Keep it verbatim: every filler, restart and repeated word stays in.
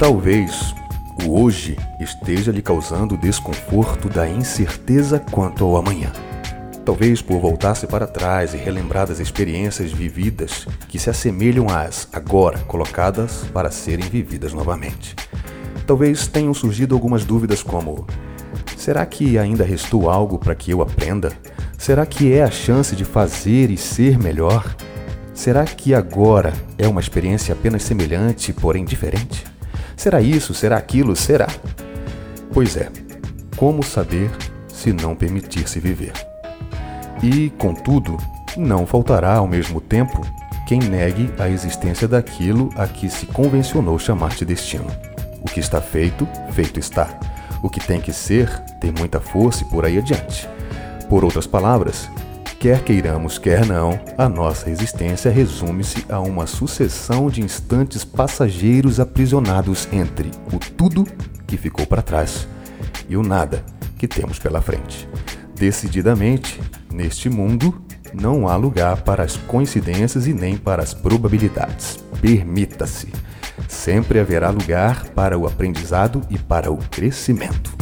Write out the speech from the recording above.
Talvez o hoje esteja lhe causando o desconforto da incerteza quanto ao amanhã. Talvez por voltar-se para trás e relembrar das experiências vividas que se assemelham às agora colocadas para serem vividas novamente. Talvez tenham surgido algumas dúvidas como: será que ainda restou algo para que eu aprenda? Será que é a chance de fazer e ser melhor? Será que agora é uma experiência apenas semelhante, porém diferente? Será isso? Será aquilo? Será? Pois é, como saber se não permitir-se viver? E, contudo, não faltará ao mesmo tempo quem negue a existência daquilo a que se convencionou chamar de destino. O que está feito, feito está. O que tem que ser, tem muita força e por aí adiante. Por outras palavras, quer queiramos, quer não, a nossa existência resume-se a uma sucessão de instantes passageiros aprisionados entre o tudo que ficou para trás e o nada que temos pela frente. Decididamente, neste mundo, não há lugar para as coincidências e nem para as probabilidades. Permita-se. Sempre haverá lugar para o aprendizado e para o crescimento.